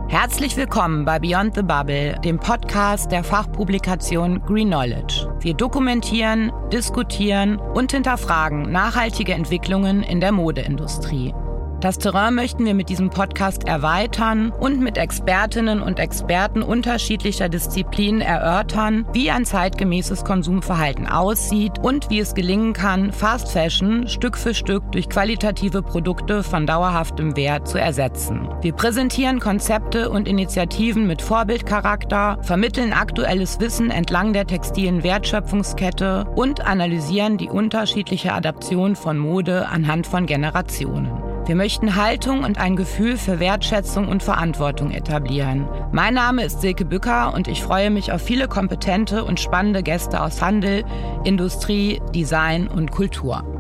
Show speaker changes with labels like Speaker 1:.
Speaker 1: Herzlich willkommen bei Beyond the Bubble, dem Podcast der Fachpublikation Green Knowledge. Wir dokumentieren, diskutieren und hinterfragen nachhaltige Entwicklungen in der Modeindustrie. Das Terrain möchten wir mit diesem Podcast erweitern und mit Expertinnen und Experten unterschiedlicher Disziplinen erörtern, wie ein zeitgemäßes Konsumverhalten aussieht und wie es gelingen kann, Fast Fashion Stück für Stück durch qualitative Produkte von dauerhaftem Wert zu ersetzen. Wir präsentieren Konzepte und Initiativen mit Vorbildcharakter, vermitteln aktuelles Wissen entlang der textilen Wertschöpfungskette und analysieren die unterschiedliche Adaption von Mode anhand von Generationen. Wir möchten Haltung und ein Gefühl für Wertschätzung und Verantwortung etablieren. Mein Name ist Silke Bücker und ich freue mich auf viele kompetente und spannende Gäste aus Handel, Industrie, Design und Kultur.